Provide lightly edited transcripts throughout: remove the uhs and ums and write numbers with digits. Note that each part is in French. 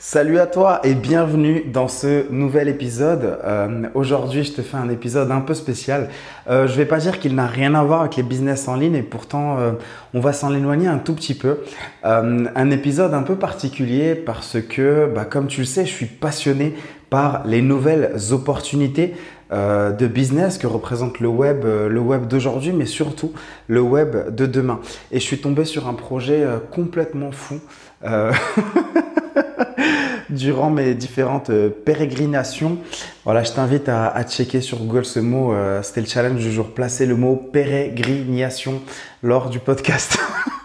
Salut à toi et bienvenue dans ce nouvel épisode. Aujourd'hui, je te fais un épisode un peu spécial. Je vais pas dire qu'il n'a rien à voir avec les business en ligne et pourtant, on va s'en éloigner un tout petit peu. Un épisode un peu particulier parce que, comme tu le sais, je suis passionné par les nouvelles opportunités de business que représente le web d'aujourd'hui, mais surtout le web de demain. Et je suis tombé sur un projet complètement fou. Durant mes différentes pérégrinations. Voilà, je t'invite à checker sur Google ce mot. C'était le challenge du jour. Placer le mot pérégrination lors du podcast.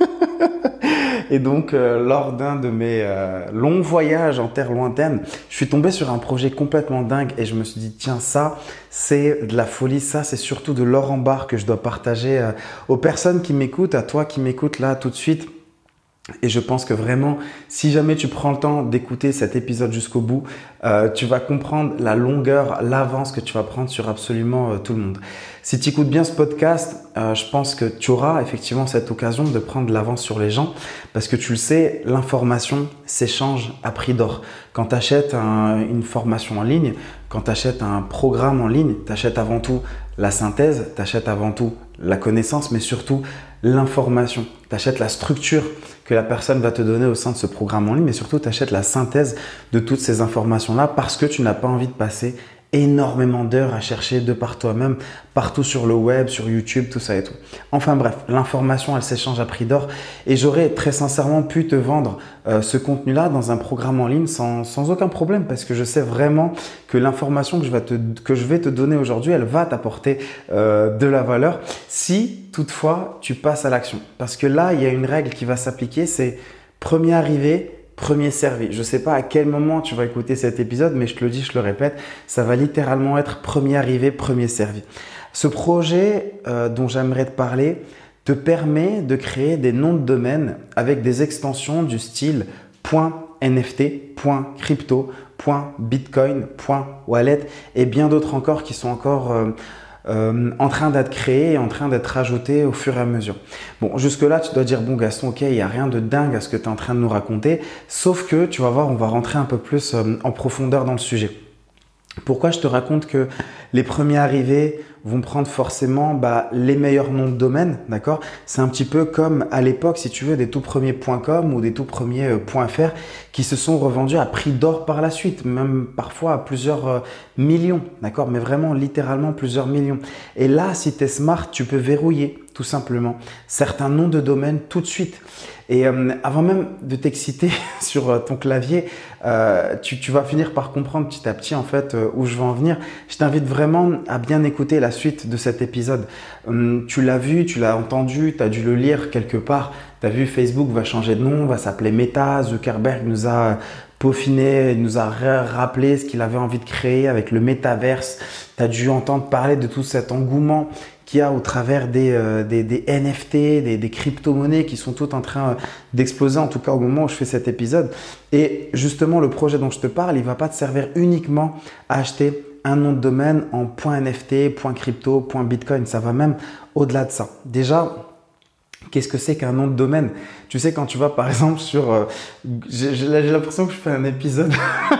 Et donc, lors d'un de mes longs voyages en terre lointaine, je suis tombé sur un projet complètement dingue et je me suis dit, tiens, ça, c'est de la folie. Ça, c'est surtout de l'or en barre que je dois partager aux personnes qui m'écoutent, à toi qui m'écoutes là tout de suite. Et je pense que vraiment, si jamais tu prends le temps d'écouter cet épisode jusqu'au bout, tu vas comprendre la longueur, l'avance que tu vas prendre sur absolument tout le monde. Si tu écoutes bien ce podcast, je pense que tu auras effectivement cette occasion de prendre l'avance sur les gens parce que tu le sais, l'information s'échange à prix d'or. Quand tu achètes une formation en ligne, quand tu achètes un programme en ligne, tu achètes avant tout la synthèse, tu achètes avant tout la connaissance, mais surtout l'information. Tu achètes la structure que la personne va te donner au sein de ce programme en ligne, mais surtout tu achètes la synthèse de toutes ces informations-là parce que tu n'as pas envie de passer énormément d'heures à chercher de par toi-même, partout sur le web, sur YouTube, tout ça et tout. Enfin bref, l'information, elle s'échange à prix d'or et j'aurais très sincèrement pu te vendre ce contenu-là dans un programme en ligne sans aucun problème parce que je sais vraiment que l'information que je vais te donner aujourd'hui, elle va t'apporter de la valeur si toutefois tu passes à l'action. Parce que là, il y a une règle qui va s'appliquer, c'est premier arrivé, premier servi. Je ne sais pas à quel moment tu vas écouter cet épisode, mais je te le dis, je le répète, ça va littéralement être premier arrivé, premier servi. Ce projet dont j'aimerais te parler te permet de créer des noms de domaine avec des extensions du style .nft, .crypto, .bitcoin, .wallet et bien d'autres encore qui sont encore en train d'être créé et en train d'être ajouté au fur et à mesure. Bon, jusque-là, tu dois dire, bon Gaston, ok, il n'y a rien de dingue à ce que tu es en train de nous raconter, sauf que, tu vas voir, on va rentrer un peu plus en profondeur dans le sujet. Pourquoi je te raconte que les premiers arrivés vont prendre forcément les meilleurs noms de domaine, d'accord? C'est un petit peu comme à l'époque, si tu veux, des tout premiers .com ou des tout premiers .fr qui se sont revendus à prix d'or par la suite, même parfois à plusieurs millions, d'accord? Mais vraiment, littéralement plusieurs millions. Et là, si tu es smart, tu peux verrouiller tout simplement certains noms de domaine tout de suite. Et avant même de t'exciter sur ton clavier, tu vas finir par comprendre petit à petit en fait où je veux en venir. Je t'invite vraiment à bien écouter la suite de cet épisode. Tu l'as vu, tu l'as entendu, tu as dû le lire quelque part. Tu as vu Facebook va changer de nom, va s'appeler Meta. Zuckerberg nous a peaufiné, il nous a rappelé ce qu'il avait envie de créer avec le métaverse. Tu as dû entendre parler de tout cet engouement qu'il y a au travers des NFT, des crypto-monnaies qui sont toutes en train d'exploser, en tout cas au moment où je fais cet épisode. Et justement, le projet dont je te parle, il ne va pas te servir uniquement à acheter un nom de domaine en .nft, .crypto, .bitcoin. Ça va même au-delà de ça. Déjà, qu'est-ce que c'est qu'un nom de domaine? Tu sais, quand tu vas par exemple sur… j'ai l'impression que je fais un épisode…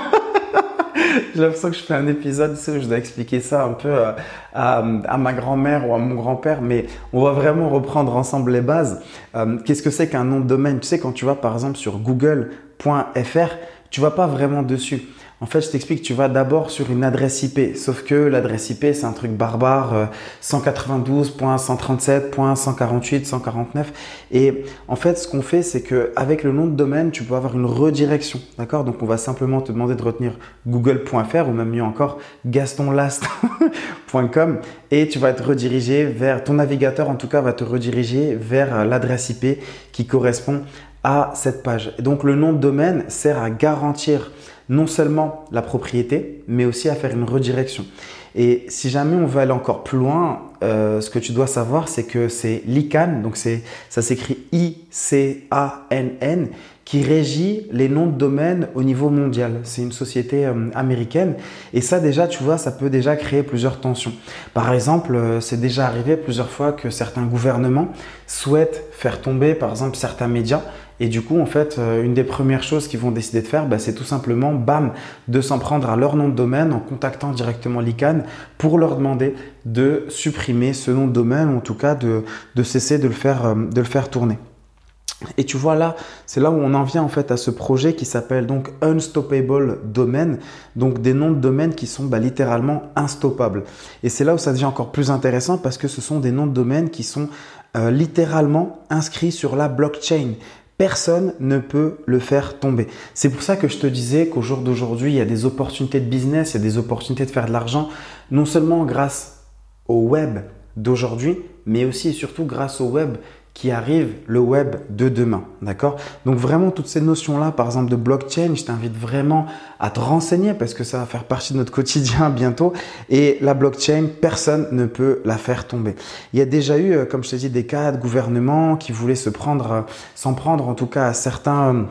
J'ai l'impression que je fais un épisode où je dois expliquer ça un peu à ma grand-mère ou à mon grand-père, mais on va vraiment reprendre ensemble les bases. Qu'est-ce que c'est qu'un nom de domaine? Tu sais, quand tu vas par exemple sur google.fr, tu vas pas vraiment dessus. En fait, je t'explique, tu vas d'abord sur une adresse IP, sauf que l'adresse IP, c'est un truc barbare, 192.137.148.149. Et en fait, ce qu'on fait, c'est qu'avec le nom de domaine, tu peux avoir une redirection, d'accord? Donc, on va simplement te demander de retenir google.fr ou même mieux encore, gastonlast.com et tu vas être redirigé vers, ton navigateur en tout cas va te rediriger vers l'adresse IP qui correspond à cette page. Et donc, le nom de domaine sert à garantir non seulement la propriété, mais aussi à faire une redirection. Et si jamais on veut aller encore plus loin, ce que tu dois savoir, c'est que c'est l'ICANN, donc ça s'écrit ICANN, qui régit les noms de domaine au niveau mondial. C'est une société américaine et ça déjà, tu vois, ça peut déjà créer plusieurs tensions. Par exemple, c'est déjà arrivé plusieurs fois que certains gouvernements souhaitent faire tomber, par exemple, certains médias Et du coup, en fait, une des premières choses qu'ils vont décider de faire, c'est tout simplement, bam, de s'en prendre à leur nom de domaine en contactant directement l'ICANN pour leur demander de supprimer ce nom de domaine ou en tout cas de cesser de le faire tourner. Et tu vois là, c'est là où on en vient en fait à ce projet qui s'appelle donc Unstoppable Domain, donc des noms de domaine qui sont littéralement instoppables. Et c'est là où ça devient encore plus intéressant parce que ce sont des noms de domaine qui sont littéralement inscrits sur la blockchain. Personne ne peut le faire tomber. C'est pour ça que je te disais qu'au jour d'aujourd'hui, il y a des opportunités de business, il y a des opportunités de faire de l'argent, non seulement grâce au web d'aujourd'hui, mais aussi et surtout grâce au web qui arrive, le web de demain, d'accord? Donc vraiment toutes ces notions-là, par exemple de blockchain, je t'invite vraiment à te renseigner parce que ça va faire partie de notre quotidien bientôt. Et la blockchain, personne ne peut la faire tomber. Il y a déjà eu, comme je t'ai dit, des cas de gouvernement qui voulaient s'en prendre en tout cas à certains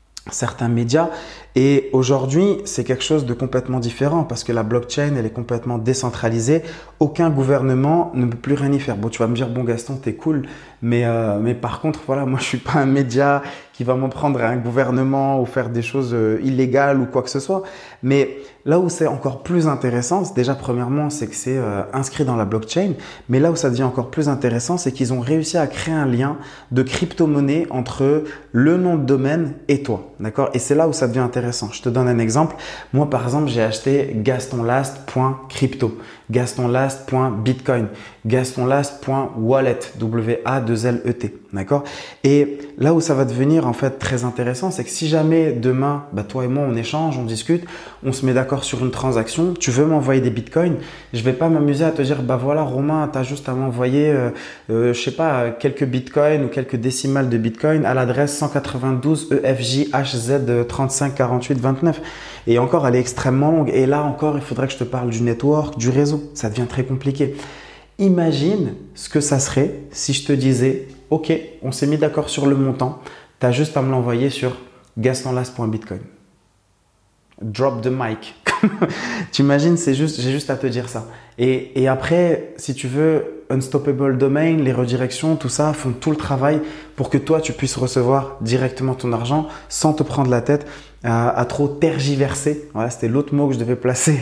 médias. Et aujourd'hui, c'est quelque chose de complètement différent parce que la blockchain, elle est complètement décentralisée. Aucun gouvernement ne peut plus rien y faire. Bon, tu vas me dire, bon Gaston, t'es cool, mais par contre, voilà, moi je suis pas un média qui va m'en prendre à un gouvernement ou faire des choses illégales ou quoi que ce soit. Mais là où c'est encore plus intéressant, déjà premièrement, c'est que c'est inscrit dans la blockchain. Mais là où ça devient encore plus intéressant, c'est qu'ils ont réussi à créer un lien de crypto-monnaie entre le nom de domaine et toi, d'accord? Et c'est là où ça devient intéressant. Je te donne un exemple. Moi, par exemple, j'ai acheté gastonlast.crypto, gastonlast.bitcoin, gastonlast.wallet, W-A-2-L-E-T, d'accord? Et là où ça va devenir en fait très intéressant, c'est que si jamais demain, toi et moi, on échange, on discute, on se met d'accord sur une transaction, tu veux m'envoyer des bitcoins, je vais pas m'amuser à te dire, voilà, Romain, tu as juste à m'envoyer, je sais pas, quelques bitcoins ou quelques décimales de bitcoin à l'adresse 192 EFJHZ 35 48 29. Et encore, elle est extrêmement longue. Et là encore, il faudrait que je te parle du network, du réseau. Ça devient très compliqué. Imagine ce que ça serait si je te disais, ok, on s'est mis d'accord sur le montant, tu as juste à me l'envoyer sur gastonlast.bitcoin. Drop the mic. Tu imagines, j'ai juste à te dire ça. Et après, si tu veux, Unstoppable Domain, les redirections, tout ça font tout le travail pour que toi, tu puisses recevoir directement ton argent sans te prendre la tête à trop tergiverser. Voilà, c'était l'autre mot que je devais placer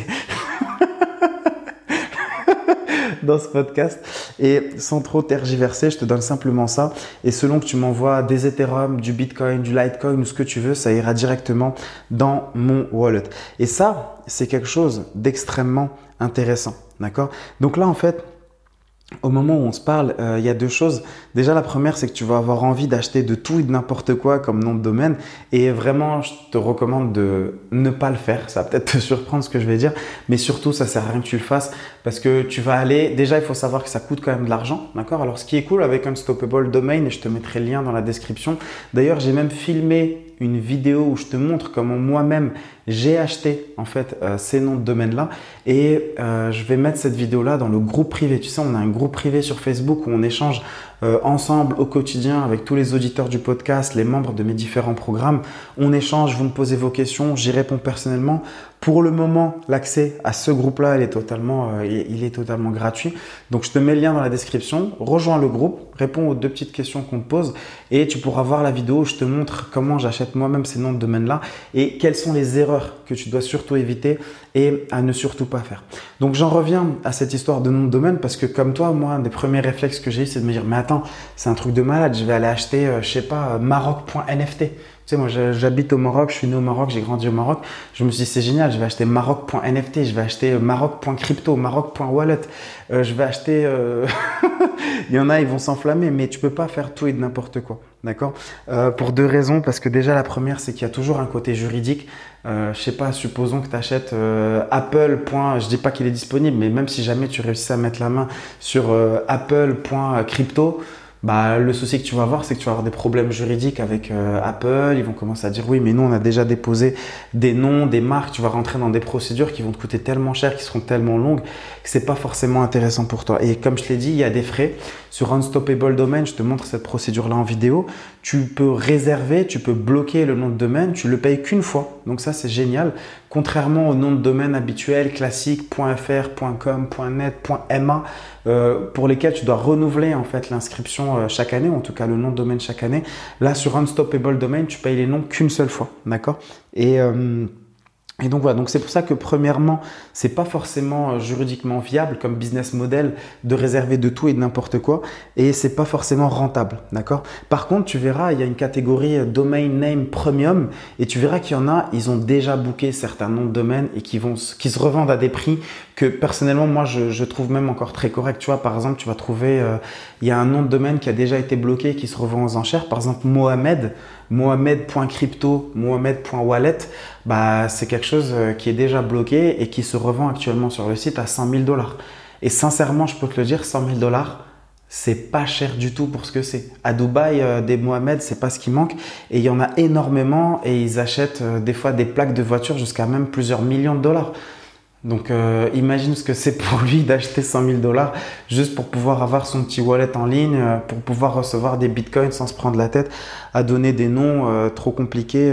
dans ce podcast. Et sans trop tergiverser, je te donne simplement ça. Et selon que tu m'envoies des Ethereum, du Bitcoin, du Litecoin ou ce que tu veux, ça ira directement dans mon wallet. Et ça, c'est quelque chose d'extrêmement intéressant. D'accord? Donc là, en fait, au moment où on se parle, il y a deux choses. Déjà, la première, c'est que tu vas avoir envie d'acheter de tout et de n'importe quoi comme nom de domaine. Et vraiment, je te recommande de ne pas le faire. Ça va peut-être te surprendre ce que je vais dire. Mais surtout, ça sert à rien que tu le fasses parce que tu vas aller… Déjà, il faut savoir que ça coûte quand même de l'argent. D'accord? Alors, ce qui est cool avec Unstoppable Domain, et je te mettrai le lien dans la description. D'ailleurs, j'ai même filmé une vidéo où je te montre comment moi-même j'ai acheté en fait ces noms de domaine-là et je vais mettre cette vidéo-là dans le groupe privé. Tu sais, on a un groupe privé sur Facebook où on échange ensemble au quotidien avec tous les auditeurs du podcast, les membres de mes différents programmes. On échange, vous me posez vos questions, j'y réponds personnellement. Pour le moment, l'accès à ce groupe-là, il est totalement gratuit. Donc, je te mets le lien dans la description. Rejoins le groupe, réponds aux deux petites questions qu'on te pose et tu pourras voir la vidéo où je te montre comment j'achète moi-même ces noms de domaine-là et quelles sont les erreurs que tu dois surtout éviter et à ne surtout pas faire. Donc, j'en reviens à cette histoire de nom de domaine parce que comme toi, moi, un des premiers réflexes que j'ai eu, c'est de me dire « Mais attends, c'est un truc de malade, je vais aller acheter, je sais pas, maroc.nft ». Tu sais, moi, j'habite au Maroc, je suis né au Maroc, j'ai grandi au Maroc. Je me suis dit, c'est génial, je vais acheter maroc.nft, je vais acheter maroc.crypto, maroc.wallet. Je vais acheter… Il y en a, ils vont s'enflammer, mais tu peux pas faire tout et de n'importe quoi. D'accord? Pour deux raisons. Parce que déjà, la première, c'est qu'il y a toujours un côté juridique. Je sais pas, supposons que tu achètes Apple. Je dis pas qu'il est disponible, mais même si jamais tu réussis à mettre la main sur Apple.crypto, le souci que tu vas avoir, c'est que tu vas avoir des problèmes juridiques avec Apple. Ils vont commencer à dire oui, mais nous, on a déjà déposé des noms, des marques. Tu vas rentrer dans des procédures qui vont te coûter tellement cher, qui seront tellement longues que c'est pas forcément intéressant pour toi. Et comme je l'ai dit, il y a des frais. Sur Unstoppable Domain, je te montre cette procédure-là en vidéo. Tu peux réserver, tu peux bloquer le nom de domaine. Tu le payes qu'une fois. Donc ça, c'est génial. Contrairement aux noms de domaine habituels, classiques, .fr, .com, .net, .ma, pour lesquels tu dois renouveler en fait l'inscription chaque année, ou en tout cas le nom de domaine chaque année. Là, sur Unstoppable Domain, tu payes les noms qu'une seule fois, d'accord? Et donc voilà, donc c'est pour ça que premièrement, c'est pas forcément juridiquement viable comme business model de réserver de tout et de n'importe quoi, et c'est pas forcément rentable, d'accord? Par contre, tu verras, il y a une catégorie domain name premium, et tu verras qu'il y en a, ils ont déjà booké certains noms de domaine et qui se revendent à des prix que personnellement moi je trouve même encore très correct. Tu vois, par exemple, tu vas trouver, il y a un nom de domaine qui a déjà été bloqué qui se revend aux enchères, par exemple Mohamed.crypto, Mohamed.wallet, bah, c'est quelque chose qui est déjà bloqué et qui se revend actuellement sur le site à 100 000 $. Et sincèrement, je peux te le dire, 100 000 $, c'est pas cher du tout pour ce que c'est. À Dubaï, des Mohamed, c'est pas ce qui manque. Et il y en a énormément et ils achètent des fois des plaques de voitures jusqu'à même plusieurs millions de dollars. Donc imagine ce que c'est pour lui d'acheter 100 000 $ juste pour pouvoir avoir son petit wallet en ligne, pour pouvoir recevoir des bitcoins sans se prendre la tête à donner des noms trop compliqués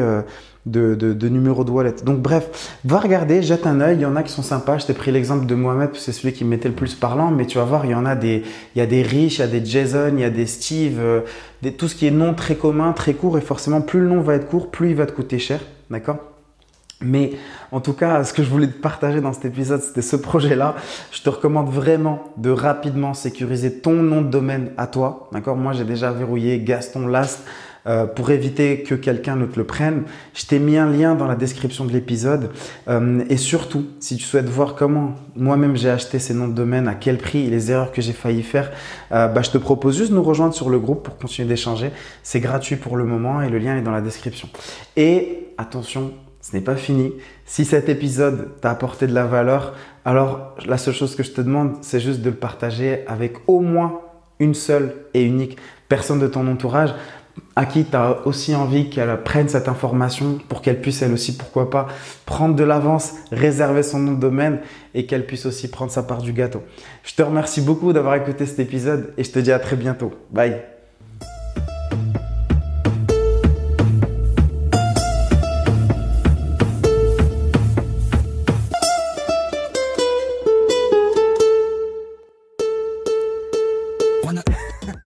de numéros de wallet. Donc bref, va regarder, jette un œil, il y en a qui sont sympas. Je t'ai pris l'exemple de Mohamed, c'est celui qui m'était le plus parlant, mais tu vas voir, il y a des Rich, il y a des Jason, il y a des Steve, tout ce qui est nom très commun, très court, et forcément plus le nom va être court, plus il va te coûter cher, d'accord? Mais en tout cas, ce que je voulais te partager dans cet épisode, c'était ce projet-là. Je te recommande vraiment de rapidement sécuriser ton nom de domaine à toi. D'accord? Moi, j'ai déjà verrouillé Gaston Last pour éviter que quelqu'un ne te le prenne. Je t'ai mis un lien dans la description de l'épisode. Et surtout, si tu souhaites voir comment moi-même j'ai acheté ces noms de domaine, à quel prix et les erreurs que j'ai failli faire, je te propose juste de nous rejoindre sur le groupe pour continuer d'échanger. C'est gratuit pour le moment et le lien est dans la description. Et attention, ce n'est pas fini. Si cet épisode t'a apporté de la valeur, alors la seule chose que je te demande, c'est juste de le partager avec au moins une seule et unique personne de ton entourage à qui tu as aussi envie qu'elle prenne cette information pour qu'elle puisse elle aussi, pourquoi pas, prendre de l'avance, réserver son nom de domaine et qu'elle puisse aussi prendre sa part du gâteau. Je te remercie beaucoup d'avoir écouté cet épisode et je te dis à très bientôt. Bye!